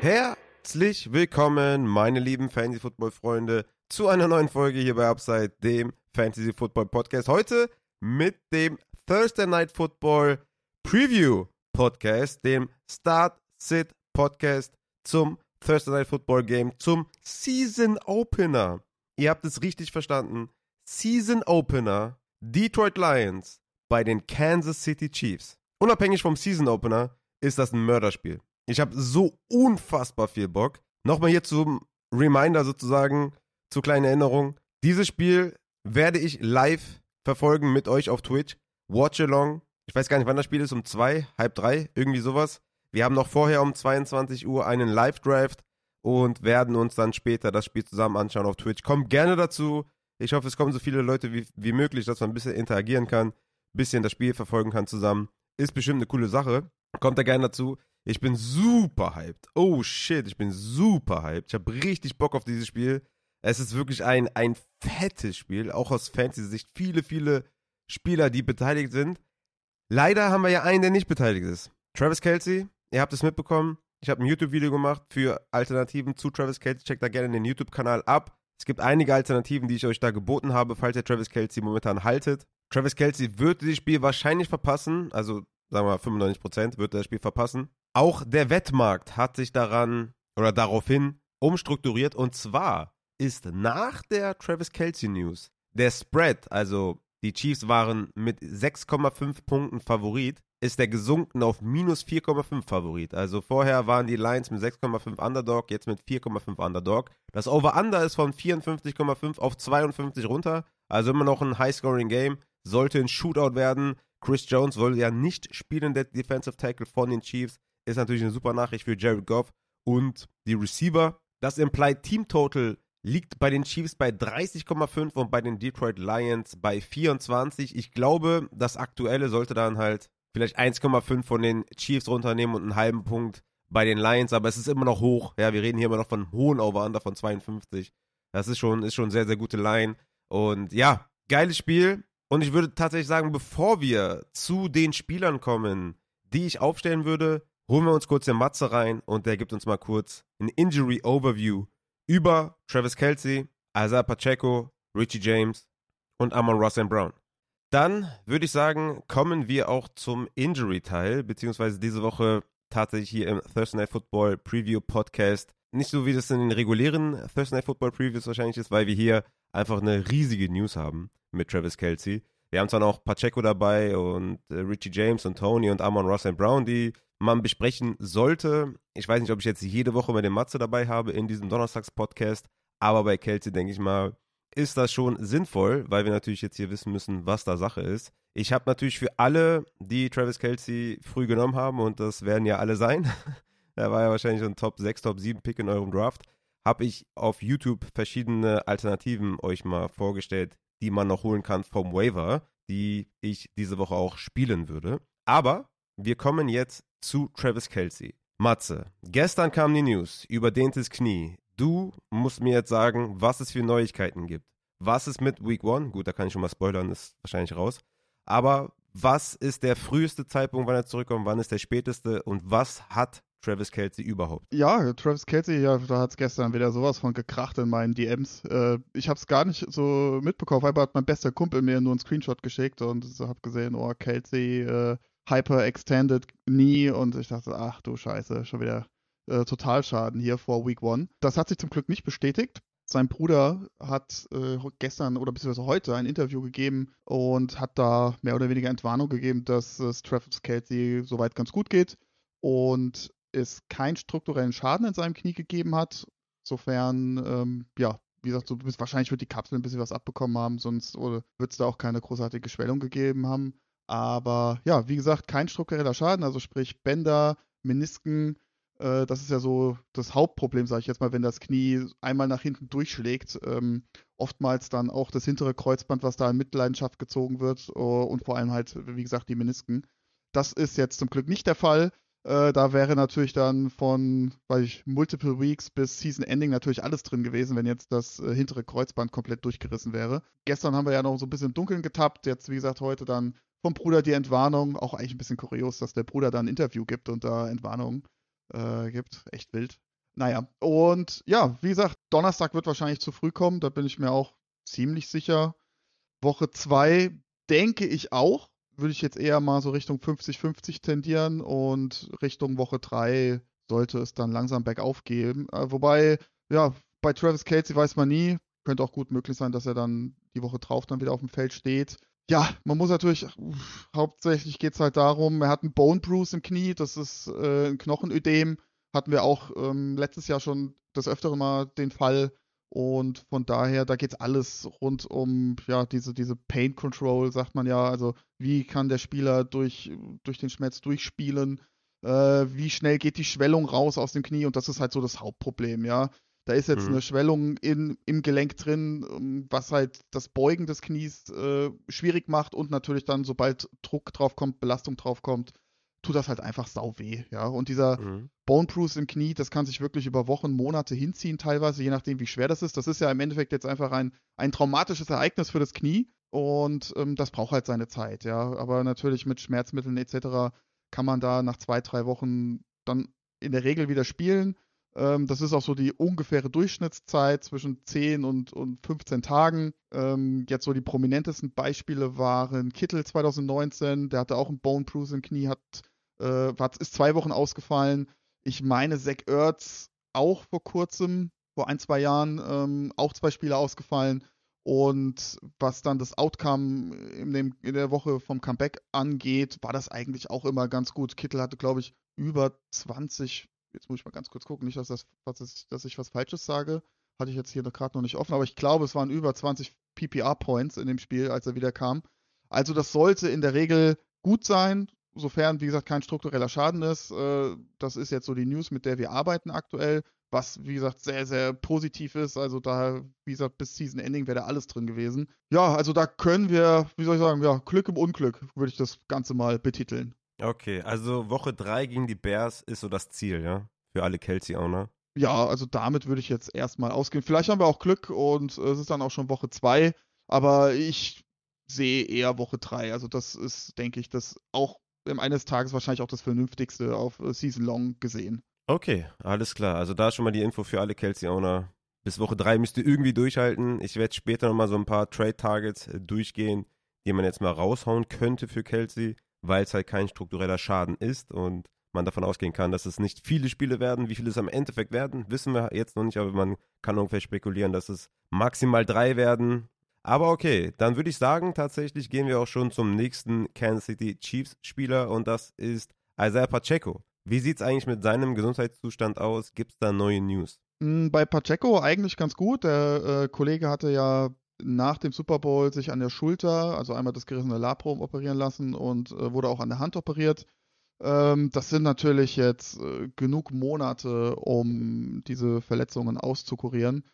Herzlich willkommen, meine lieben Fantasy-Football-Freunde, zu einer neuen Folge hier bei Upside, dem Fantasy-Football-Podcast. Heute mit dem Thursday Night Football Preview-Podcast, dem Start-Sit-Podcast zum Thursday Night Football Game, zum Season-Opener. Ihr habt es richtig verstanden. Season-Opener, Detroit Lions bei den Kansas City Chiefs. Unabhängig vom Season-Opener ist das ein Mörderspiel. Ich habe so unfassbar viel Bock. Nochmal hier zum Reminder sozusagen, zur kleinen Erinnerung. Dieses Spiel werde ich live verfolgen mit euch auf Twitch. Watch along. Ich weiß gar nicht, wann das Spiel ist, um 2, halb 3, irgendwie sowas. Wir haben noch vorher um 22 Uhr einen Live-Draft und werden uns dann später das Spiel zusammen anschauen auf Twitch. Kommt gerne dazu. Ich hoffe, es kommen so viele Leute wie möglich, dass man ein bisschen interagieren kann, ein bisschen das Spiel verfolgen kann zusammen. Ist bestimmt eine coole Sache. Kommt da gerne dazu. Ich bin super hyped. Oh shit, ich bin super hyped. Ich habe richtig Bock auf dieses Spiel. Es ist wirklich ein fettes Spiel, auch aus Fantasy-Sicht. Viele Spieler, die beteiligt sind. Leider haben wir ja einen, der nicht beteiligt ist. Travis Kelce, ihr habt es mitbekommen. Ich habe ein YouTube-Video gemacht für Alternativen zu Travis Kelce. Checkt da gerne den YouTube-Kanal ab. Es gibt einige Alternativen, die ich euch da geboten habe, falls ihr Travis Kelce momentan haltet. Travis Kelce wird dieses Spiel wahrscheinlich verpassen, also sagen wir mal 95% wird er das Spiel verpassen. Auch der Wettmarkt hat sich daraufhin umstrukturiert, und zwar ist nach der Travis Kelce News der Spread, also die Chiefs waren mit 6,5 Punkten Favorit, ist der gesunken auf minus 4,5 Favorit. Also vorher waren die Lions mit 6,5 Underdog, jetzt mit 4,5 Underdog. Das Over-Under ist von 54,5 auf 52 runter, also immer noch ein High-Scoring-Game, sollte ein Shootout werden. Chris Jones wollte ja nicht spielen, der Defensive Tackle von den Chiefs. Ist natürlich eine super Nachricht für Jared Goff und die Receiver. Das Implied Team Total liegt bei den Chiefs bei 30,5 und bei den Detroit Lions bei 24. Ich glaube, das Aktuelle sollte dann halt vielleicht 1,5 von den Chiefs runternehmen und einen halben Punkt bei den Lions, aber es ist immer noch hoch. Ja, wir reden hier immer noch von einem hohen Over-Under von 52. Das ist schon sehr, sehr gute Line. Und ja, geiles Spiel. Und ich würde tatsächlich sagen, bevor wir zu den Spielern kommen, die ich aufstellen würde, holen wir uns kurz den Matze rein und der gibt uns mal kurz ein Injury Overview über Travis Kelce, Isaiah Pacheco, Richie James und Amon-Ra St. Brown. Dann würde ich sagen, kommen wir auch zum Injury-Teil, beziehungsweise diese Woche tatsächlich hier im Thursday Night Football Preview Podcast. Nicht so, wie das in den regulären Thursday Night Football Previews wahrscheinlich ist, weil wir hier einfach eine riesige News haben mit Travis Kelce. Wir haben zwar noch Pacheco dabei und Richie James und Tony und Amon-Ra St. Brown, die man besprechen sollte. Ich weiß nicht, ob ich jetzt jede Woche mal den Matze dabei habe in diesem Donnerstags-Podcast, aber bei Kelce, denke ich mal, ist das schon sinnvoll, weil wir natürlich jetzt hier wissen müssen, was da Sache ist. Ich habe natürlich für alle, die Travis Kelce früh genommen haben, und das werden ja alle sein, er war ja wahrscheinlich ein Top 6, Top 7 Pick in eurem Draft, habe ich auf YouTube verschiedene Alternativen euch mal vorgestellt, die man noch holen kann vom Waiver, die ich diese Woche auch spielen würde. Aber wir kommen jetzt zu Travis Kelce. Matze, gestern kam die News, überdehntes Knie. Du musst mir jetzt sagen, was es für Neuigkeiten gibt. Was ist mit Week 1? Gut, da kann ich schon mal spoilern, ist wahrscheinlich raus. Aber was ist der früheste Zeitpunkt, wann er zurückkommt? Wann ist der späteste? Und was hat Travis Kelce überhaupt? Ja, Travis Kelce, ja, da hat es gestern wieder sowas von gekracht in meinen DMs. Ich habe es gar nicht so mitbekommen, aber hat mein bester Kumpel mir nur einen Screenshot geschickt und so habe gesehen, oh, Kelce, Hyper-Extended Knee, und ich dachte, ach du Scheiße, schon wieder Totalschaden hier vor Week 1. Das hat sich zum Glück nicht bestätigt. Sein Bruder hat gestern oder beziehungsweise heute ein Interview gegeben und hat da mehr oder weniger Entwarnung gegeben, dass es Travis Kelce soweit ganz gut geht und es keinen strukturellen Schaden in seinem Knie gegeben hat. Insofern, ja, wie gesagt, wahrscheinlich wird die Kapsel ein bisschen was abbekommen haben, sonst wird es da auch keine großartige Schwellung gegeben haben. Aber ja, wie gesagt, kein struktureller Schaden, also sprich Bänder, Menisken, das ist ja so das Hauptproblem, sage ich jetzt mal, wenn das Knie einmal nach hinten durchschlägt. Oftmals dann auch das hintere Kreuzband, was da in Mitleidenschaft gezogen wird, und vor allem halt, wie gesagt, die Menisken. Das ist jetzt zum Glück nicht der Fall. Da wäre natürlich dann von, weiß ich, Multiple Weeks bis Season Ending natürlich alles drin gewesen, wenn jetzt das hintere Kreuzband komplett durchgerissen wäre. Gestern haben wir ja noch so ein bisschen im Dunkeln getappt. Jetzt, wie gesagt, heute dann vom Bruder die Entwarnung. Auch eigentlich ein bisschen kurios, dass der Bruder da ein Interview gibt und da Entwarnung gibt. Echt wild. Naja, und ja, wie gesagt, Donnerstag wird wahrscheinlich zu früh kommen, da bin ich mir auch ziemlich sicher. Woche 2 denke ich auch, würde ich jetzt eher mal so Richtung 50-50 tendieren und Richtung Woche 3 sollte es dann langsam bergauf gehen. Wobei, ja, bei Travis Kelce weiß man nie, könnte auch gut möglich sein, dass er dann die Woche drauf dann wieder auf dem Feld steht. Ja, man muss natürlich, hauptsächlich geht es halt darum, er hat einen Bone Bruise im Knie, das ist ein Knochenödem, hatten wir auch letztes Jahr schon des Öfteren mal den Fall. Und von daher, da geht es alles rund um ja, diese Pain Control, sagt man ja. Also, wie kann der Spieler durch den Schmerz durchspielen? Wie schnell geht die Schwellung raus aus dem Knie? Und das ist halt so das Hauptproblem, ja. Da ist jetzt eine Mhm. Schwellung im Gelenk drin, was halt das Beugen des Knies schwierig macht und natürlich dann, sobald Druck drauf kommt, Belastung drauf kommt, tut das halt einfach sau weh, ja. Und dieser Mhm. Bone Bruise im Knie, das kann sich wirklich über Wochen, Monate hinziehen, teilweise, je nachdem, wie schwer das ist. Das ist ja im Endeffekt jetzt einfach ein traumatisches Ereignis für das Knie und das braucht halt seine Zeit, ja. Aber natürlich mit Schmerzmitteln etc. kann man da nach 2, 3 Wochen dann in der Regel wieder spielen. Das ist auch so die ungefähre Durchschnittszeit zwischen 10 und 15 Tagen. Jetzt so die prominentesten Beispiele waren Kittel 2019, der hatte auch einen Bone Bruise im Knie, ist 2 Wochen ausgefallen. Ich meine, Zach Ertz auch vor kurzem, vor 1, 2 Jahren, auch 2 Spiele ausgefallen. Und was dann das Outcome in der Woche vom Comeback angeht, war das eigentlich auch immer ganz gut. Kittel hatte, glaube ich, über 20, jetzt muss ich mal ganz kurz gucken, nicht, dass ich was Falsches sage. Hatte ich jetzt hier gerade noch nicht offen, aber ich glaube, es waren über 20 PPR-Points in dem Spiel, als er wieder kam. Also das sollte in der Regel gut sein, sofern, wie gesagt, kein struktureller Schaden ist. Das ist jetzt so die News, mit der wir arbeiten aktuell, was, wie gesagt, sehr, sehr positiv ist. Also da, wie gesagt, bis Season Ending wäre da alles drin gewesen. Ja, also da können wir, wie soll ich sagen, ja, Glück im Unglück, würde ich das Ganze mal betiteln. Okay, also Woche 3 gegen die Bears ist so das Ziel, ja? Für alle Kelsey-Owner. Ja, also damit würde ich jetzt erstmal ausgehen. Vielleicht haben wir auch Glück und es ist dann auch schon Woche 2, aber ich sehe eher Woche 3. Also das ist, denke ich, das auch eines Tages wahrscheinlich auch das Vernünftigste auf Season Long gesehen. Okay, alles klar. Also da schon mal die Info für alle Kelsey-Owner. Bis Woche 3 müsst ihr irgendwie durchhalten. Ich werde später nochmal so ein paar Trade-Targets durchgehen, die man jetzt mal raushauen könnte für Kelsey, weil es halt kein struktureller Schaden ist und man davon ausgehen kann, dass es nicht viele Spiele werden. Wie viele es am Endeffekt werden, wissen wir jetzt noch nicht, aber man kann ungefähr spekulieren, dass es maximal 3 werden. Aber okay, dann würde ich sagen, tatsächlich gehen wir auch schon zum nächsten Kansas City Chiefs-Spieler und das ist Isaiah Pacheco. Wie sieht es eigentlich mit seinem Gesundheitszustand aus? Gibt es da neue News? Bei Pacheco eigentlich ganz gut. Der Kollege hatte ja nach dem Super Bowl sich an der Schulter, also einmal das gerissene Labrum operieren lassen und wurde auch an der Hand operiert. Das sind natürlich jetzt genug Monate, um diese Verletzungen auszukurieren.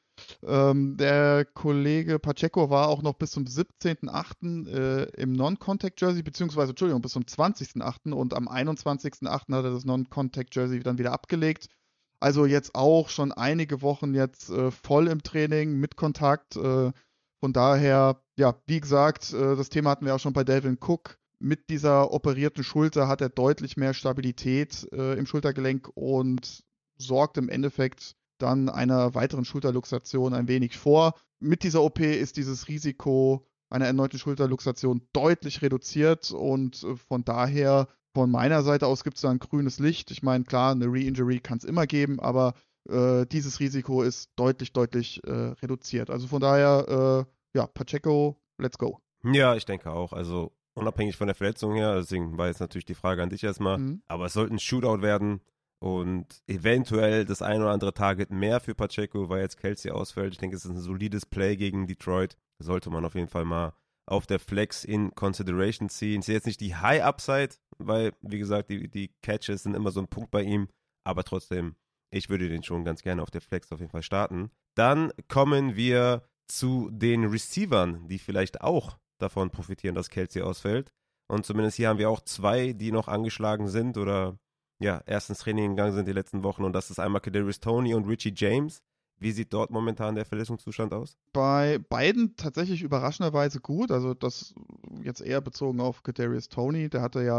Der Kollege Pacheco war auch noch bis zum 17.08. Im Non-Contact-Jersey, beziehungsweise, Entschuldigung, bis zum 20.08. und am 21.08. hat er das Non-Contact-Jersey dann wieder abgelegt. Also jetzt auch schon einige Wochen jetzt voll im Training, mit Kontakt. Von daher, ja, wie gesagt, das Thema hatten wir auch schon bei Dalvin Cook. Mit dieser operierten Schulter hat er deutlich mehr Stabilität im Schultergelenk und sorgt im Endeffekt dann einer weiteren Schulterluxation ein wenig vor. Mit dieser OP ist dieses Risiko einer erneuten Schulterluxation deutlich reduziert und von daher von meiner Seite aus gibt es da ein grünes Licht. Ich meine, klar, eine Re-Injury kann es immer geben, aber dieses Risiko ist deutlich, deutlich reduziert. Also von daher, ja, Pacheco, let's go. Ja, ich denke auch. Also unabhängig von der Verletzung her, deswegen war jetzt natürlich die Frage an dich erstmal. Mhm. Aber es sollte ein Shootout werden und eventuell das ein oder andere Target mehr für Pacheco, weil jetzt Kelsey ausfällt. Ich denke, es ist ein solides Play gegen Detroit. Sollte man auf jeden Fall mal auf der Flex in Consideration ziehen. Ich sehe jetzt nicht die High Upside, weil, wie gesagt, die Catches sind immer so ein Punkt bei ihm. Aber trotzdem, ich würde den schon ganz gerne auf der Flex auf jeden Fall starten. Dann kommen wir zu den Receivern, die vielleicht auch davon profitieren, dass Kelsey ausfällt. Und zumindest hier haben wir auch 2, die noch angeschlagen sind oder ja, erst ins Training gegangen sind die letzten Wochen. Und das ist einmal Kadarius Toney und Richie James. Wie sieht dort momentan der Verletzungszustand aus? Bei beiden tatsächlich überraschenderweise gut. Also das jetzt eher bezogen auf Kadarius Toney. Der hatte ja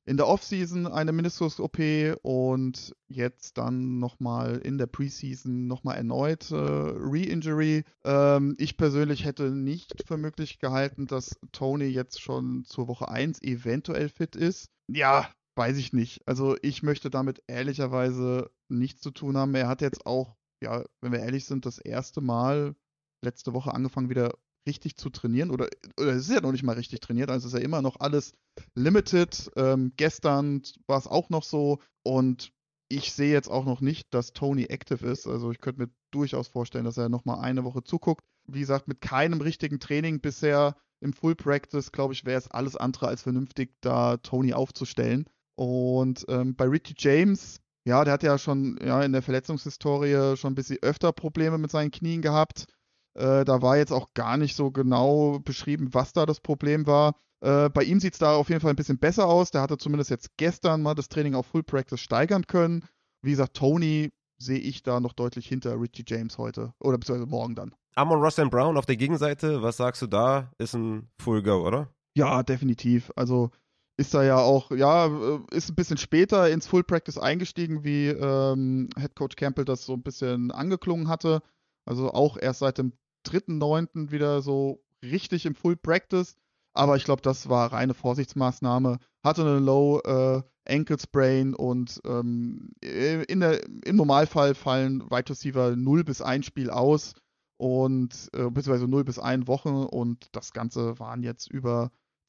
in der Offseason eine Meniskus-OP und jetzt dann nochmal in der Preseason nochmal erneut Re-Injury. Ich persönlich hätte nicht für möglich gehalten, dass Tony jetzt schon zur Woche 1 eventuell fit ist. Ja, weiß ich nicht. Also ich möchte damit ehrlicherweise nichts zu tun haben. Er hat jetzt auch, ja, wenn wir ehrlich sind, das erste Mal letzte Woche angefangen wieder richtig zu trainieren. Oder es ist ja noch nicht mal richtig trainiert, also ist ja immer noch alles limited. Gestern war es auch noch so und ich sehe jetzt auch noch nicht, dass Tony active ist. Also ich könnte mir durchaus vorstellen, dass er nochmal eine Woche zuguckt. Wie gesagt, mit keinem richtigen Training bisher im Full Practice, glaube ich, wäre es alles andere als vernünftig, da Tony aufzustellen. Und bei Richie James, ja, der hat ja schon in der Verletzungshistorie schon ein bisschen öfter Probleme mit seinen Knien gehabt. Da war jetzt auch gar nicht so genau beschrieben, was da das Problem war. Bei ihm sieht es da auf jeden Fall ein bisschen besser aus. Der hatte zumindest jetzt gestern mal das Training auf Full Practice steigern können. Wie gesagt, Tony sehe ich da noch deutlich hinter Richie James heute. Oder beziehungsweise morgen dann. Amon-Ra St. Brown auf der Gegenseite, was sagst du da? Ist ein Full Go, oder? Ja, definitiv. Also ist da ja auch, ist ein bisschen später ins Full Practice eingestiegen, wie Head Coach Campbell das so ein bisschen angeklungen hatte. Also auch erst seit dem 3.9. wieder so richtig im Full Practice. Aber ich glaube, das war reine Vorsichtsmaßnahme. Hatte eine Low Ankle Sprain und im Normalfall fallen Wide Receiver 0 bis 1 Spiel aus und beziehungsweise 0 bis 1 Woche und das Ganze waren jetzt über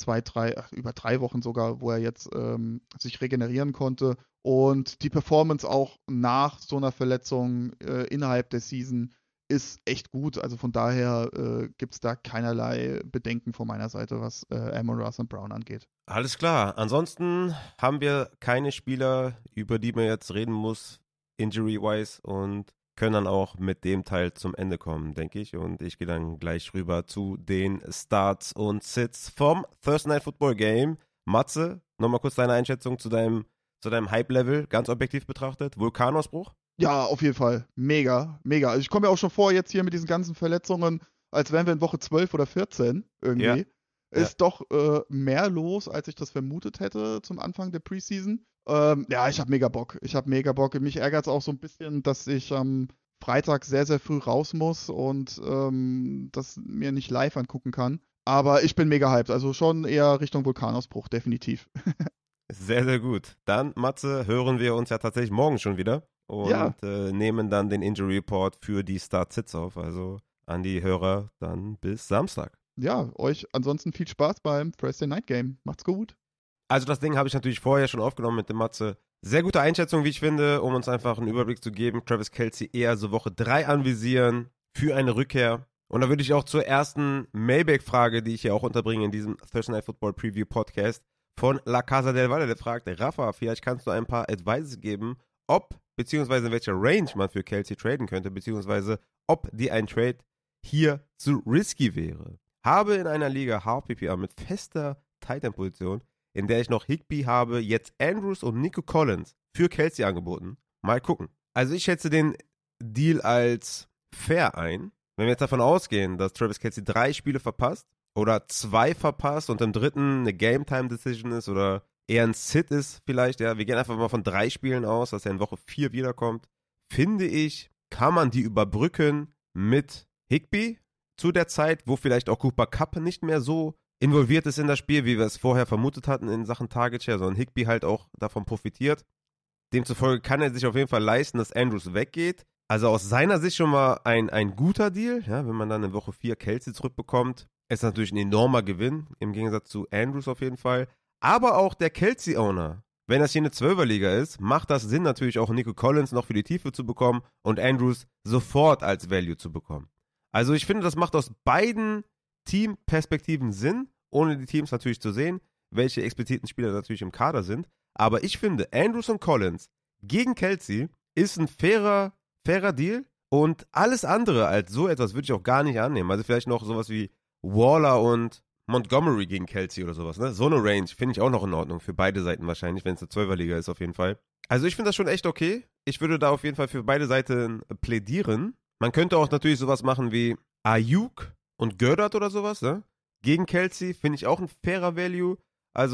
3 Wochen sogar, wo er jetzt sich regenerieren konnte. Und die Performance auch nach so einer Verletzung innerhalb der Season ist echt gut. Also von daher gibt es da keinerlei Bedenken von meiner Seite, was Amon-Ra St. Brown angeht. Alles klar. Ansonsten haben wir keine Spieler, über die man jetzt reden muss, injury-wise, und können dann auch mit dem Teil zum Ende kommen, denke ich. Und ich gehe dann gleich rüber zu den Starts und Sits vom Thursday Night Football Game. Matze, nochmal kurz deine Einschätzung zu deinem Hype-Level, ganz objektiv betrachtet. Vulkanausbruch? Ja, auf jeden Fall. Mega, mega. Also ich komme mir auch schon vor, jetzt hier mit diesen ganzen Verletzungen, als wären wir in Woche 12 oder 14 irgendwie. Ja. Ist doch mehr los, als ich das vermutet hätte zum Anfang der Preseason. Ich habe mega Bock. Mich ärgert es auch so ein bisschen, dass ich am Freitag sehr, sehr früh raus muss und das mir nicht live angucken kann. Aber ich bin mega hyped. Also schon eher Richtung Vulkanausbruch, definitiv. Sehr, sehr gut. Dann, Matze, hören wir uns ja tatsächlich morgen schon wieder und nehmen dann den Injury Report für die Start-Sits auf. Also an die Hörer dann bis Samstag. Ja, euch ansonsten viel Spaß beim Thursday Night Game. Macht's gut. Also das Ding habe ich natürlich vorher schon aufgenommen mit dem Matze. Sehr gute Einschätzung, wie ich finde, um uns einfach einen Überblick zu geben. Travis Kelce eher so Woche 3 anvisieren für eine Rückkehr. Und da würde ich auch zur ersten Mailback-Frage, die ich hier auch unterbringe in diesem Thursday Night Football Preview Podcast, von La Casa del Valle, der fragt, Rafa, vielleicht kannst du ein paar Advices geben, ob, beziehungsweise in welcher Range man für Kelce traden könnte, beziehungsweise ob die ein Trade hier zu risky wäre. Habe in einer Liga HPPA mit fester Tight-End-Position, in der ich noch Higbee habe, jetzt Andrews und Nico Collins für Kelce angeboten. Mal gucken. Also ich schätze den Deal als fair ein. Wenn wir jetzt davon ausgehen, dass Travis Kelce 3 Spiele verpasst oder 2 verpasst und im dritten eine Game-Time-Decision ist oder eher ein Sit ist vielleicht, ja, wir gehen einfach mal von 3 Spielen aus, dass er in Woche 4 wiederkommt, finde ich, kann man die überbrücken mit Higbee zu der Zeit, wo vielleicht auch Cooper Kupp nicht mehr so involviert ist in das Spiel, wie wir es vorher vermutet hatten in Sachen Target Share, sondern Higbee halt auch davon profitiert. Demzufolge kann er sich auf jeden Fall leisten, dass Andrews weggeht. Also aus seiner Sicht schon mal ein guter Deal, ja, wenn man dann in Woche 4 Kelce zurückbekommt. Ist natürlich ein enormer Gewinn, im Gegensatz zu Andrews auf jeden Fall. Aber auch der Kelce-Owner, wenn das hier eine 12er-Liga ist, macht das Sinn natürlich auch Nico Collins noch für die Tiefe zu bekommen und Andrews sofort als Value zu bekommen. Also ich finde, das macht aus beiden Teamperspektiven Sinn, ohne die Teams natürlich zu sehen, welche expliziten Spieler natürlich im Kader sind. Aber ich finde, Andrews und Collins gegen Kelce ist ein fairer Deal und alles andere als so etwas würde ich auch gar nicht annehmen. Also vielleicht noch sowas wie Waller und Montgomery gegen Kelce oder sowas. Ne? So eine Range finde ich auch noch in Ordnung für beide Seiten wahrscheinlich, wenn es eine 12er-Liga ist auf jeden Fall. Also ich finde das schon echt okay. Ich würde da auf jeden Fall für beide Seiten plädieren. Man könnte auch natürlich sowas machen wie Ayuk und Goddard oder sowas, ne? Gegen Kelce finde ich auch ein fairer Value. Also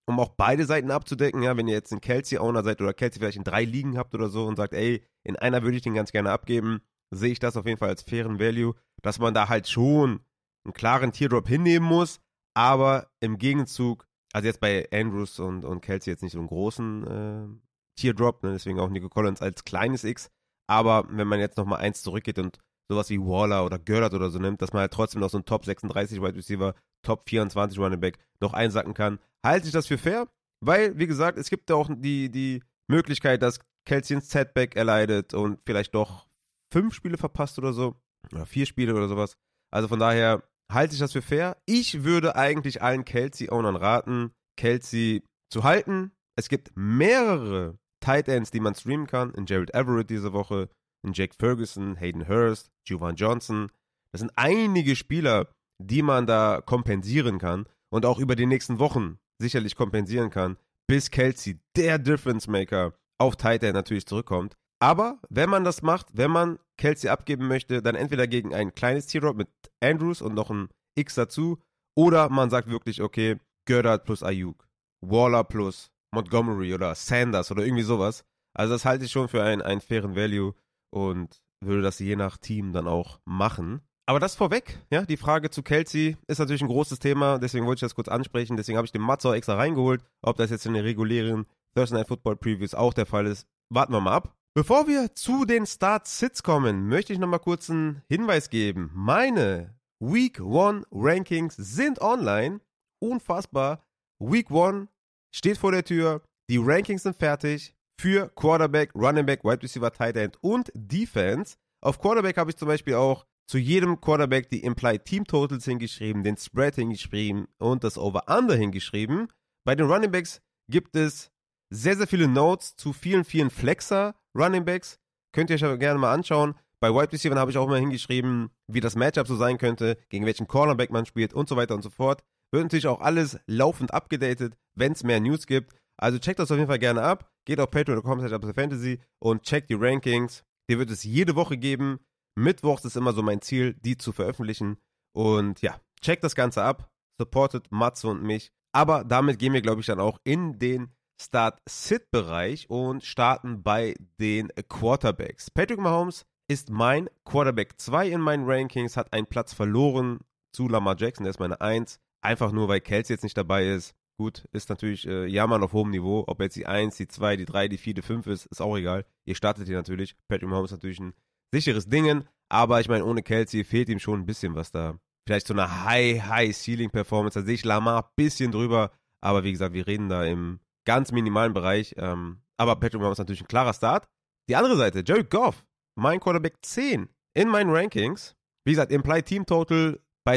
um auch beide Seiten abzudecken, ja, wenn ihr jetzt ein Kelce-Owner seid oder Kelce vielleicht in 3 Ligen habt oder so und sagt, ey, in einer würde ich den ganz gerne abgeben, sehe ich das auf jeden Fall als fairen Value, dass man da halt schon einen klaren Teardrop hinnehmen muss, aber im Gegenzug, also jetzt bei Andrews und Kelce jetzt nicht so einen großen Teardrop, ne, deswegen auch Nico Collins als kleines X, aber wenn man jetzt nochmal eins zurückgeht und sowas wie Waller oder Goddard oder so nimmt, dass man halt trotzdem noch so einen Top 36 Wide Receiver, Top 24 Running Back noch einsacken kann, halte ich das für fair, weil, wie gesagt, es gibt ja auch die Möglichkeit, dass Kelce ein Setback erleidet und vielleicht doch 5 Spiele verpasst oder so, oder 4 Spiele oder sowas. Also von daher halte ich das für fair. Ich würde eigentlich allen Kelce-Ownern raten, Kelce zu halten. Es gibt mehrere Tight Ends, die man streamen kann, in Jared Everett diese Woche, in Jake Ferguson, Hayden Hurst, Juwan Johnson. Das sind einige Spieler, die man da kompensieren kann und auch über die nächsten Wochen sicherlich kompensieren kann, bis Kelce, der Difference Maker, auf Tight End natürlich zurückkommt. Aber wenn man das macht, wenn man Kelce abgeben möchte, dann entweder gegen ein kleines Teardrop mit Andrews und noch ein X dazu, oder man sagt wirklich, okay, Goddard plus Ayuk, Waller plus Montgomery oder Sanders oder irgendwie sowas. Also das halte ich schon für einen fairen Value und würde das je nach Team dann auch machen. Aber das vorweg, ja, die Frage zu Kelce ist natürlich ein großes Thema, deswegen wollte ich das kurz ansprechen, deswegen habe ich den Matzo extra reingeholt. Ob das jetzt in den regulären Thursday Night Football Previews auch der Fall ist, warten wir mal ab. Bevor wir zu den Start-Sits kommen, möchte ich nochmal kurz einen Hinweis geben. Meine Week 1 Rankings sind online. Unfassbar. Week 1 steht vor der Tür. Die Rankings sind fertig für Quarterback, Running Back, Wide Receiver, Tight End und Defense. Auf Quarterback habe ich zum Beispiel auch zu jedem Quarterback die Implied Team Totals hingeschrieben, den Spread hingeschrieben und das Over-Under hingeschrieben. Bei den Running Backs gibt es sehr, sehr viele Notes zu vielen Flexer Running Backs. Könnt ihr euch aber gerne mal anschauen. Bei Wide Receiver habe ich auch mal hingeschrieben, wie das Matchup so sein könnte, gegen welchen Cornerback man spielt und so weiter und so fort. Wird natürlich auch alles laufend abgedatet, wenn es mehr News gibt. Also checkt das auf jeden Fall gerne ab. Geht auf patreon.com/fantasy und checkt die Rankings. Die wird es jede Woche geben. Mittwochs ist immer so mein Ziel, die zu veröffentlichen. Und ja, checkt das Ganze ab. Supportet Matze und mich. Aber damit gehen wir, glaube ich, dann auch in den Start-Sit-Bereich und starten bei den Quarterbacks. Patrick Mahomes ist mein Quarterback 2 in meinen Rankings, hat einen Platz verloren zu Lamar Jackson, der ist meine 1. Einfach nur, weil Kelce jetzt nicht dabei ist. Gut, ist natürlich Jammern auf hohem Niveau. Ob jetzt die 1, die 2, die 3, die 4, die 5 ist auch egal. Ihr startet hier natürlich. Patrick Mahomes ist natürlich ein sicheres Ding, aber ich meine, ohne Kelce fehlt ihm schon ein bisschen was da. Vielleicht so eine High-Ceiling-Performance. Da sehe ich Lamar ein bisschen drüber, aber wie gesagt, wir reden da im ganz minimalen Bereich. Aber Patrick Mahomes ist natürlich ein klarer Start. Die andere Seite, Jared Goff, mein Quarterback 10 in meinen Rankings. Wie gesagt, Implied Team Total bei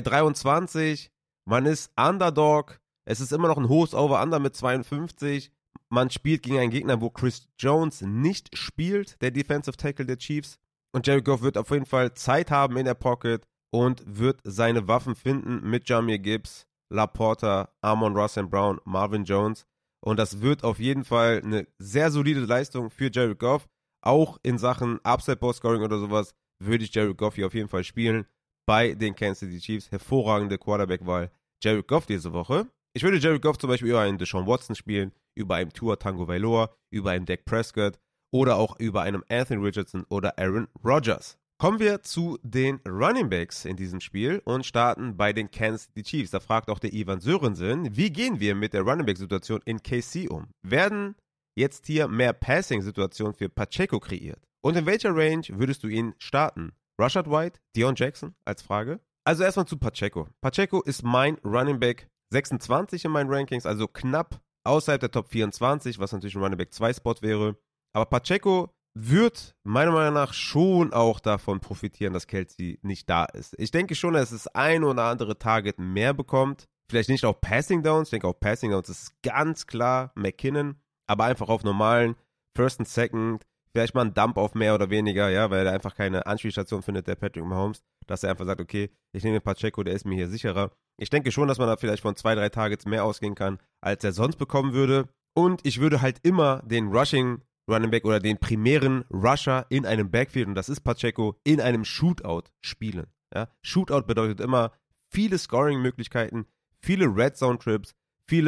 23. Man ist Underdog. Es ist immer noch ein hohes Over-Under mit 52. Man spielt gegen einen Gegner, wo Chris Jones nicht spielt, der Defensive Tackle der Chiefs. Und Jared Goff wird auf jeden Fall Zeit haben in der Pocket und wird seine Waffen finden mit Jahmyr Gibbs, Laporta, Amon-Ra St. Brown, Marvin Jones. Und das wird auf jeden Fall eine sehr solide Leistung für Jared Goff. Auch in Sachen Upside-Ball-Scoring oder sowas würde ich Jared Goff hier auf jeden Fall spielen. Bei den Kansas City Chiefs. Hervorragende Quarterback-Wahl. Jared Goff diese Woche. Ich würde Jared Goff zum Beispiel über einen Deshaun Watson spielen, über einen Tua Tagovailoa, über einen Dak Prescott oder auch über einen Anthony Richardson oder Aaron Rodgers. Kommen wir zu den Running Backs in diesem Spiel und starten bei den Kansas City Chiefs. Da fragt auch der Ivan Sörensen, wie gehen wir mit der Running Back-Situation in KC um? Werden jetzt hier mehr Passing-Situationen für Pacheco kreiert? Und in welcher Range würdest du ihn starten? Rashad White, Deion Jackson als Frage? Also erstmal zu Pacheco. Pacheco ist mein Running Back 26 in meinen Rankings, also knapp außerhalb der Top 24, was natürlich ein Running Back 2 Spot wäre. Aber Pacheco wird meiner Meinung nach schon auch davon profitieren, dass Kelce nicht da ist. Ich denke schon, dass es ein oder andere Target mehr bekommt. Vielleicht nicht auf Passing Downs. Ich denke, auf Passing Downs ist ganz klar McKinnon. Aber einfach auf normalen First und Second. Vielleicht mal ein Dump auf mehr oder weniger, ja, weil er einfach keine Anspielstation findet, der Patrick Mahomes. Dass er einfach sagt, okay, ich nehme den Pacheco, der ist mir hier sicherer. Ich denke schon, dass man da vielleicht von 2-3 Targets mehr ausgehen kann, als er sonst bekommen würde. Und ich würde halt immer den Rushing Running Back oder den primären Rusher in einem Backfield, und das ist Pacheco, in einem Shootout spielen. Ja? Shootout bedeutet immer viele Scoring-Möglichkeiten, viele Red Zone-Trips, viele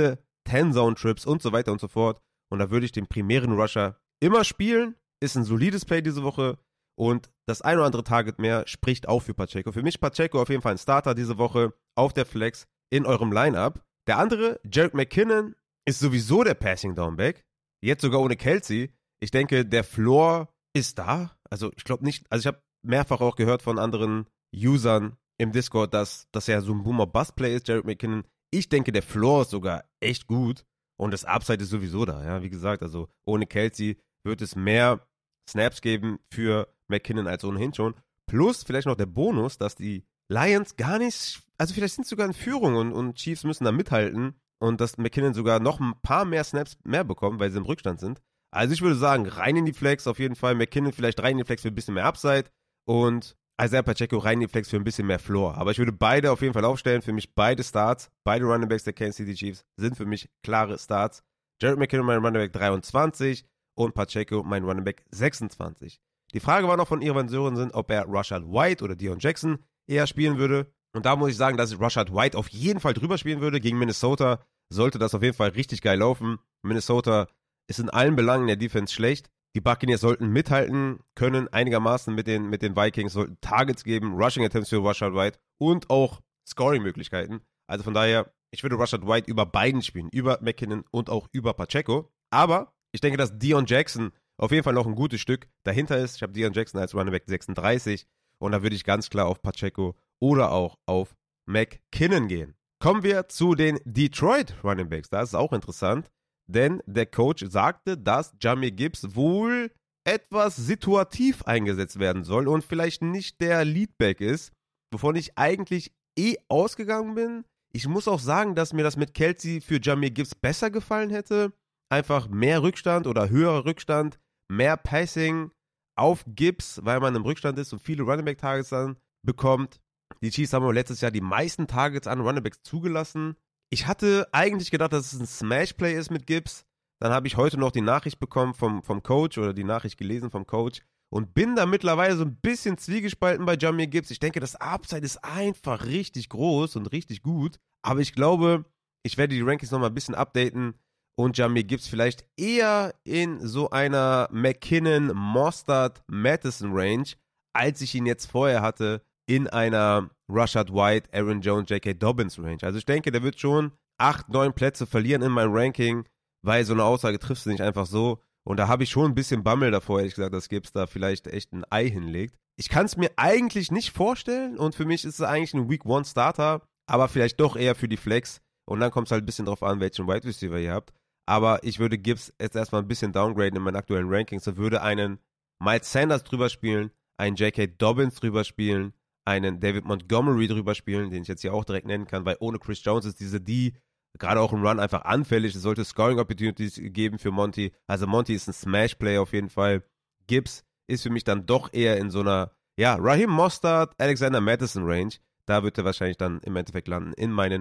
10-Zone-Trips und so weiter und so fort. Und da würde ich den primären Rusher immer spielen. Ist ein solides Play diese Woche. Und das ein oder andere Target mehr spricht auch für Pacheco. Für mich Pacheco auf jeden Fall ein Starter diese Woche auf der Flex in eurem Lineup. Der andere, Jerick McKinnon, ist sowieso der Passing-Downback. Jetzt sogar ohne Kelsey. Ich denke, der Floor ist da. Also ich glaube nicht, also ich habe mehrfach auch gehört von anderen Usern im Discord, dass er so ein Boomer-Bust-Play ist, Jerick McKinnon. Ich denke, der Floor ist sogar echt gut und das Upside ist sowieso da. Ja, wie gesagt, also ohne Kelsey wird es mehr Snaps geben für McKinnon als ohnehin schon. Plus vielleicht noch der Bonus, dass die Lions gar nicht, also vielleicht sind sie sogar in Führung und Chiefs müssen da mithalten und dass McKinnon sogar noch ein paar mehr Snaps mehr bekommen, weil sie im Rückstand sind. Also ich würde sagen, rein in die Flex auf jeden Fall. McKinnon vielleicht rein in die Flex für ein bisschen mehr Upside und Isaiah Pacheco rein in die Flex für ein bisschen mehr Floor. Aber ich würde beide auf jeden Fall aufstellen. Für mich beide Starts, beide Running Backs der Kansas City Chiefs sind für mich klare Starts. Jerick McKinnon mein Running Back 23 und Pacheco mein Running Back 26. Die Frage war noch von Ivan Sörensen, ob er Rashad White oder Deion Jackson eher spielen würde. Und da muss ich sagen, dass ich Rashad White auf jeden Fall drüber spielen würde. Gegen Minnesota sollte das auf jeden Fall richtig geil laufen. Minnesota ist in allen Belangen der Defense schlecht. Die Buccaneers sollten mithalten können, einigermaßen mit den Vikings, sollten Targets geben, Rushing Attempts für Rashad White und auch Scoring-Möglichkeiten. Also von daher, ich würde Rashad White über beiden spielen, über McKinnon und auch über Pacheco. Aber ich denke, dass Deion Jackson auf jeden Fall noch ein gutes Stück dahinter ist. Ich habe Deion Jackson als Running Back 36 und da würde ich ganz klar auf Pacheco oder auch auf McKinnon gehen. Kommen wir zu den Detroit Running Backs. Das ist auch interessant. Denn der Coach sagte, dass Jahmyr Gibbs wohl etwas situativ eingesetzt werden soll und vielleicht nicht der Leadback ist, wovon ich eigentlich ausgegangen bin. Ich muss auch sagen, dass mir das mit Kelsey für Jahmyr Gibbs besser gefallen hätte. Einfach mehr Rückstand oder höherer Rückstand, mehr Passing auf Gibbs, weil man im Rückstand ist und viele Running-Back-Targets dann bekommt. Die Chiefs haben letztes Jahr die meisten Targets an Running-Backs zugelassen. Ich hatte eigentlich gedacht, dass es ein Smash-Play ist mit Gibbs. Dann habe ich heute noch die Nachricht bekommen vom Coach oder die Nachricht gelesen vom Coach und bin da mittlerweile so ein bisschen zwiegespalten bei Jahmyr Gibbs. Ich denke, das Upside ist einfach richtig groß und richtig gut. Aber ich glaube, ich werde die Rankings nochmal ein bisschen updaten und Jahmyr Gibbs vielleicht eher in so einer McKinnon, Mostert, Madison-Range, als ich ihn jetzt vorher hatte in einer Rashad White, Aaron Jones, J.K. Dobbins Range. Also ich denke, der wird schon 8, 9 Plätze verlieren in meinem Ranking, weil so eine Aussage triffst du nicht einfach so. Und da habe ich schon ein bisschen Bammel davor, ehrlich gesagt, dass Gibbs da vielleicht echt ein Ei hinlegt. Ich kann es mir eigentlich nicht vorstellen und für mich ist es eigentlich ein Week 1 Starter, aber vielleicht doch eher für die Flex. Und dann kommt es halt ein bisschen drauf an, welchen Wide Receiver ihr habt. Aber ich würde Gibbs jetzt erstmal ein bisschen downgraden in meinen aktuellen Rankings und würde einen Miles Sanders drüber spielen, einen J.K. Dobbins drüber spielen, einen David Montgomery drüber spielen, den ich jetzt hier auch direkt nennen kann, weil ohne Chris Jones ist diese D, gerade auch im Run, einfach anfällig. Es sollte Scoring Opportunities geben für Monty. Also Monty ist ein Smash-Play auf jeden Fall. Gibbs ist für mich dann doch eher in so einer, ja, Raheem Mostert, Alexander Madison Range. Da wird er wahrscheinlich dann im Endeffekt landen in meinen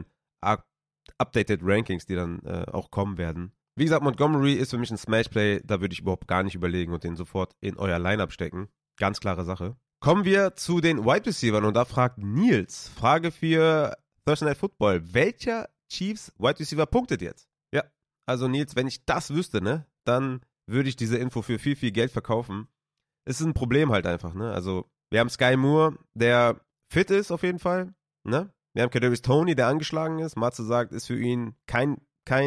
Updated Rankings, die dann auch kommen werden. Wie gesagt, Montgomery ist für mich ein Smash-Play. Da würde ich überhaupt gar nicht überlegen und den sofort in euer Lineup stecken. Ganz klare Sache. Kommen wir zu den Wide Receivers und da fragt Nils, Frage für Thursday Night Football, welcher Chiefs Wide Receiver punktet jetzt? Ja, also Nils, wenn ich das wüsste, ne, dann würde ich diese Info für viel, viel Geld verkaufen. Es ist ein Problem halt einfach, ne, also wir haben Sky Moore, der fit ist auf jeden Fall, ne, wir haben Kadarius Toney, der angeschlagen ist, Matze sagt, ist für ihn keine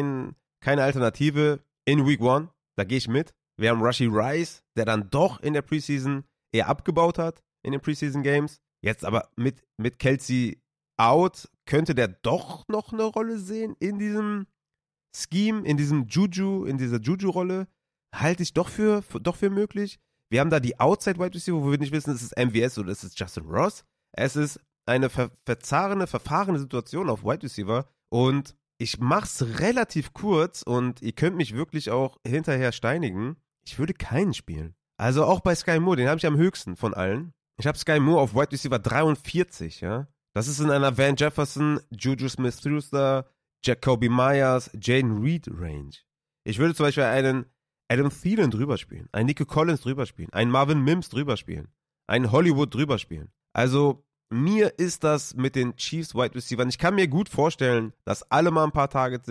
Alternative in Week 1, da gehe ich mit. Wir haben Rashee Rice, der dann doch in der Preseason eher abgebaut hat in den Preseason Games. Jetzt aber mit Kelsey out, könnte der doch noch eine Rolle sehen in diesem Scheme, in dieser Juju-Rolle. Halte ich doch für möglich. Wir haben da die Outside-Wide Receiver, wo wir nicht wissen, ist es MVS oder ist es Justin Ross. Es ist eine verfahrene Situation auf Wide Receiver und ich mach's relativ kurz und ihr könnt mich wirklich auch hinterher steinigen. Ich würde keinen spielen. Also auch bei Sky Moore, den habe ich am höchsten von allen. Ich habe Sky Moore auf Wide Receiver 43, ja. Das ist in einer Van Jefferson, Juju Smith-Schuster, Jacoby Myers, Jaden Reed Range. Ich würde zum Beispiel einen Adam Thielen drüber spielen, einen Nico Collins drüber spielen, einen Marvin Mims drüber spielen, einen Hollywood drüber spielen. Also mir ist das mit den Chiefs Wide Receivers, ich kann mir gut vorstellen, dass alle mal ein paar Targets sehen.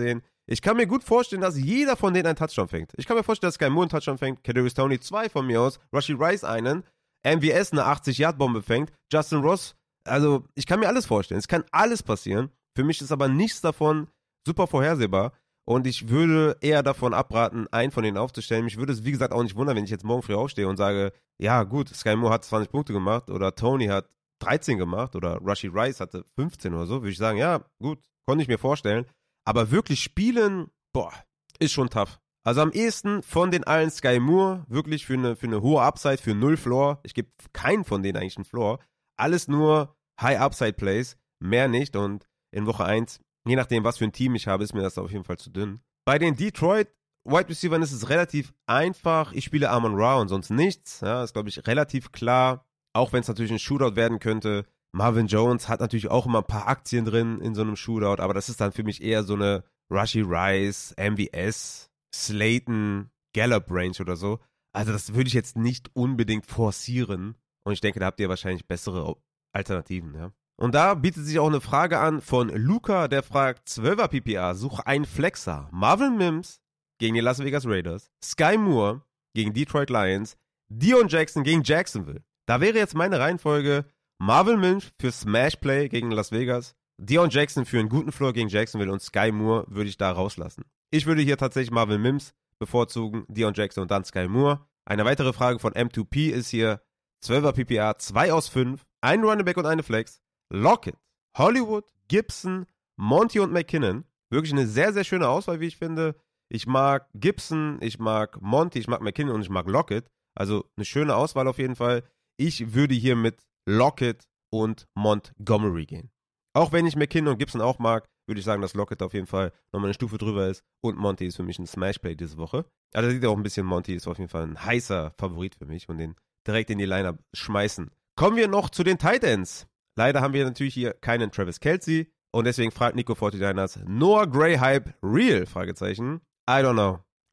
Ich kann mir gut vorstellen, dass jeder von denen einen Touchdown fängt. Ich kann mir vorstellen, dass Sky Moore einen Touchdown fängt, Kadarius Toney 2 von mir aus, Rashee Rice einen, MVS eine 80-Yard-Bombe fängt, Justin Ross, also ich kann mir alles vorstellen. Es kann alles passieren. Für mich ist aber nichts davon super vorhersehbar und ich würde eher davon abraten, einen von denen aufzustellen. Mich würde es, wie gesagt, auch nicht wundern, wenn ich jetzt morgen früh aufstehe und sage, ja gut, Sky Moore hat 20 Punkte gemacht oder Toney hat 13 gemacht oder Rashee Rice hatte 15 oder so, würde ich sagen, ja gut, konnte ich mir vorstellen. Aber wirklich spielen, boah, ist schon tough. Also am ehesten von den allen Sky Moore, wirklich für eine hohe Upside, für 0 Floor. Ich gebe keinen von denen eigentlich einen Floor. Alles nur High Upside Plays, mehr nicht. Und in Woche 1, je nachdem, was für ein Team ich habe, ist mir das auf jeden Fall zu dünn. Bei den Detroit Wide Receivers ist es relativ einfach. Ich spiele Amon-Ra und sonst nichts. Ja, ist, glaube ich, relativ klar. Auch wenn es natürlich ein Shootout werden könnte. Marvin Jones hat natürlich auch immer ein paar Aktien drin in so einem Shootout, aber das ist dann für mich eher so eine Rashee Rice, MVS, Slayton, Gallup Range oder so. Also das würde ich jetzt nicht unbedingt forcieren und ich denke, da habt ihr wahrscheinlich bessere Alternativen, ja. Und da bietet sich auch eine Frage an von Luca, der fragt, 12er PPA, such einen Flexer. Marvin Mims gegen die Las Vegas Raiders, Sky Moore gegen Detroit Lions, Deion Jackson gegen Jacksonville. Da wäre jetzt meine Reihenfolge Marvin Mims für Smash Play gegen Las Vegas, Deion Jackson für einen guten Floor gegen Jacksonville und Sky Moore würde ich da rauslassen. Ich würde hier tatsächlich Marvin Mims bevorzugen, Deion Jackson und dann Sky Moore. Eine weitere Frage von M2P ist hier 12er PPA, 2 aus 5, ein Running Back und eine Flex, Lockett, Hollywood, Gibson, Monty und McKinnon. Wirklich eine sehr, sehr schöne Auswahl, wie ich finde. Ich mag Gibson, ich mag Monty, ich mag McKinnon und ich mag Lockett. Also eine schöne Auswahl auf jeden Fall. Ich würde hier mit Lockett und Montgomery gehen. Auch wenn ich McKinnon und Gibson auch mag, würde ich sagen, dass Lockett auf jeden Fall nochmal eine Stufe drüber ist und Monty ist für mich ein Smash-Play diese Woche. Also da sieht auch ein bisschen, Monty ist auf jeden Fall ein heißer Favorit für mich und den direkt in die Lineup schmeißen. Kommen wir noch zu den Tight Ends. Leider haben wir natürlich hier keinen Travis Kelce und deswegen fragt Nico 49ers, Noah Gray Hype real? Fragezeichen. I don't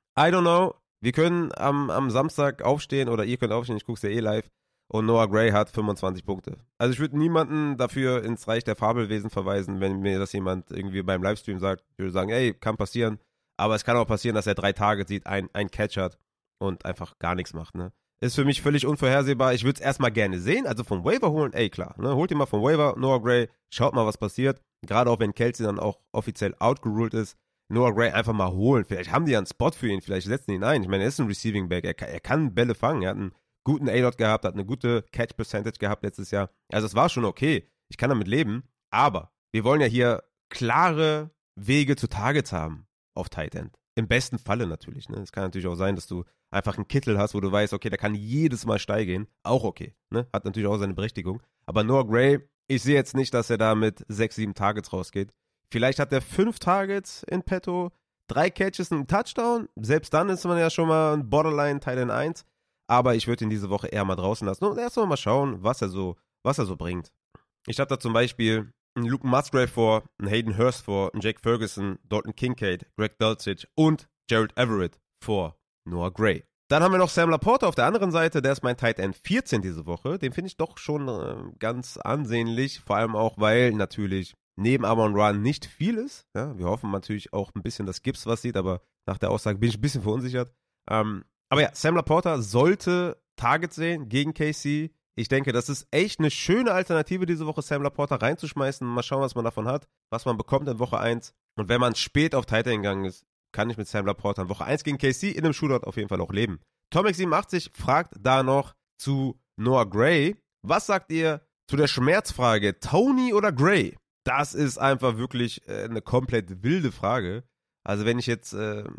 know. Wir können am Samstag aufstehen oder ihr könnt aufstehen, ich gucke es ja eh live. Und Noah Gray hat 25 Punkte. Also ich würde niemanden dafür ins Reich der Fabelwesen verweisen, wenn mir das jemand irgendwie beim Livestream sagt. Ich würde sagen, ey, kann passieren. Aber es kann auch passieren, dass er 3 Targets sieht, ein Catch hat und einfach gar nichts macht. Ne? Ist für mich völlig unvorhersehbar. Ich würde es erstmal gerne sehen. Also vom Waiver holen, ey klar. Ne? Holt ihn mal vom Waiver, Noah Gray. Schaut mal, was passiert. Gerade auch wenn Kelce dann auch offiziell outgeruled ist. Noah Gray einfach mal holen. Vielleicht haben die ja einen Spot für ihn. Vielleicht setzen ihn ein. Ich meine, er ist ein Receiving Back. Er kann Bälle fangen. Er hat einen guten A-Dot gehabt, hat eine gute Catch-Percentage gehabt letztes Jahr. Also es war schon okay. Ich kann damit leben. Aber wir wollen ja hier klare Wege zu Targets haben auf Tight End. Im besten Falle natürlich. Ne? Es kann natürlich auch sein, dass du einfach einen Kittel hast, wo du weißt, okay, der kann jedes Mal steil gehen. Auch okay. Ne? Hat natürlich auch seine Berechtigung. Aber Noah Gray, ich sehe jetzt nicht, dass er da mit 6, 7 Targets rausgeht. Vielleicht hat er 5 Targets in petto, 3 Catches und einen Touchdown. Selbst dann ist man ja schon mal ein Borderline Tight End 1. Aber ich würde ihn diese Woche eher mal draußen lassen und erst mal schauen, was er so bringt. Ich habe da zum Beispiel einen Luke Musgrave vor, einen Hayden Hurst vor, einen Jake Ferguson, Dalton Kincaid, Greg Dulcich und Gerald Everett vor Noah Gray. Dann haben wir noch Sam Laporta auf der anderen Seite, der ist mein Tight End 14 diese Woche. Den finde ich doch schon ganz ansehnlich, vor allem auch, weil natürlich neben Amon-Ra nicht viel ist. Ja, wir hoffen natürlich auch ein bisschen, dass Gibbs was sieht, aber nach der Aussage bin ich ein bisschen verunsichert. Aber ja, Sam Laporta sollte Targets sehen gegen KC. Ich denke, das ist echt eine schöne Alternative diese Woche, Sam Laporta reinzuschmeißen. Mal schauen, was man davon hat, was man bekommt in Woche 1. Und wenn man spät auf Tight End gegangen ist, kann ich mit Sam Laporta in Woche 1 gegen KC in einem Shootout auf jeden Fall auch leben. Tomek87 fragt da noch zu Noah Gray. Was sagt ihr zu der Schmerzfrage, Toney oder Gray? Das ist einfach wirklich eine komplett wilde Frage. Also wenn ich jetzt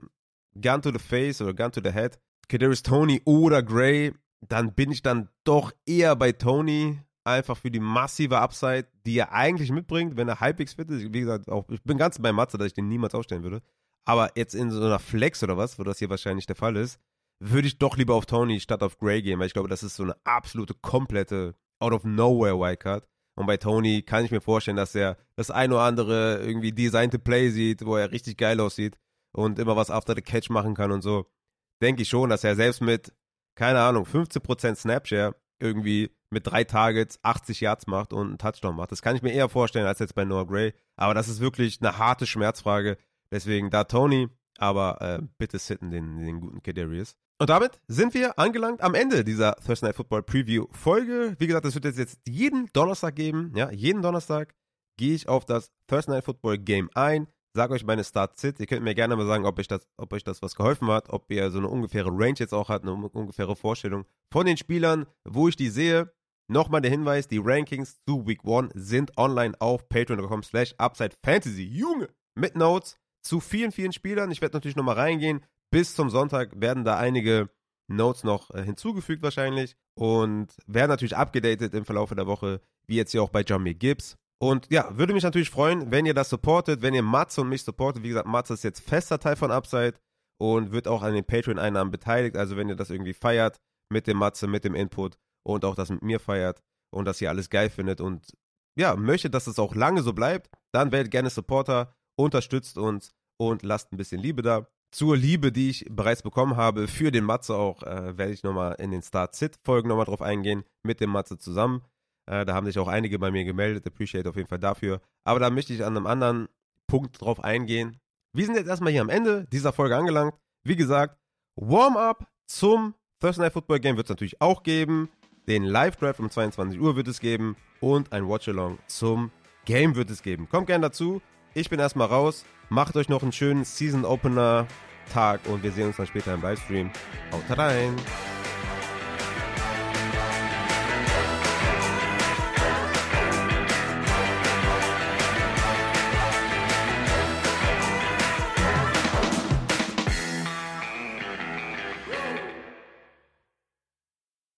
Gun to the Face oder Gun to the Head, Kadarius Toney oder Gray, dann bin ich dann doch eher bei Toney, einfach für die massive Upside, die er eigentlich mitbringt, wenn er halbwegs fit ist. Wie gesagt, auch, ich bin ganz bei Matze, dass ich den niemals aufstellen würde. Aber jetzt in so einer Flex oder was, wo das hier wahrscheinlich der Fall ist, würde ich doch lieber auf Toney statt auf Gray gehen, weil ich glaube, das ist so eine absolute, komplette Out-of-Nowhere Wildcard. Und bei Toney kann ich mir vorstellen, dass er das ein oder andere irgendwie designte Play sieht, wo er richtig geil aussieht und immer was after the catch machen kann und so. Denke ich schon, dass er selbst mit, keine Ahnung, 15% Snapshare irgendwie mit 3 Targets 80 Yards macht und einen Touchdown macht. Das kann ich mir eher vorstellen als jetzt bei Noah Gray. Aber das ist wirklich eine harte Schmerzfrage. Deswegen da Tony, aber bitte sitten den guten Kadarius. Und damit sind wir angelangt am Ende dieser Thursday Night Football Preview Folge. Wie gesagt, das wird es jetzt jeden Donnerstag geben. Ja, jeden Donnerstag gehe ich auf das Thursday Night Football Game ein, sage euch meine Start-Sit. Ihr könnt mir gerne mal sagen, ob euch das was geholfen hat, ob ihr so eine ungefähre Range jetzt auch habt, eine ungefähre Vorstellung von den Spielern, wo ich die sehe. Nochmal der Hinweis, die Rankings zu Week 1 sind online auf patreon.com/UpsideFantasy. Junge! Mit Notes zu vielen, vielen Spielern. Ich werde natürlich nochmal reingehen. Bis zum Sonntag werden da einige Notes noch hinzugefügt wahrscheinlich und werden natürlich abgedatet im Verlauf der Woche, wie jetzt hier auch bei Jahmyr Gibbs. Und ja, würde mich natürlich freuen, wenn ihr das supportet, wenn ihr Matze und mich supportet. Wie gesagt, Matze ist jetzt fester Teil von Upside und wird auch an den Patreon-Einnahmen beteiligt. Also wenn ihr das irgendwie feiert mit dem Matze, mit dem Input und auch das mit mir feiert und das ihr alles geil findet und ja, möchtet, dass es auch lange so bleibt, dann werdet gerne Supporter, unterstützt uns und lasst ein bisschen Liebe da. Zur Liebe, die ich bereits bekommen habe, für den Matze auch, werde ich nochmal in den Start-Sit-Folgen nochmal drauf eingehen, mit dem Matze zusammen. Da haben sich auch einige bei mir gemeldet, appreciate auf jeden Fall dafür. Aber da möchte ich an einem anderen Punkt drauf eingehen. Wir sind jetzt erstmal hier am Ende dieser Folge angelangt. Wie gesagt, Warm-up zum Thursday Night Football Game wird es natürlich auch geben. Den Live-Draft um 22 Uhr wird es geben. Und ein Watch-Along zum Game wird es geben. Kommt gerne dazu. Ich bin erstmal raus. Macht euch noch einen schönen Season-Opener-Tag und wir sehen uns dann später im Livestream. Haut rein!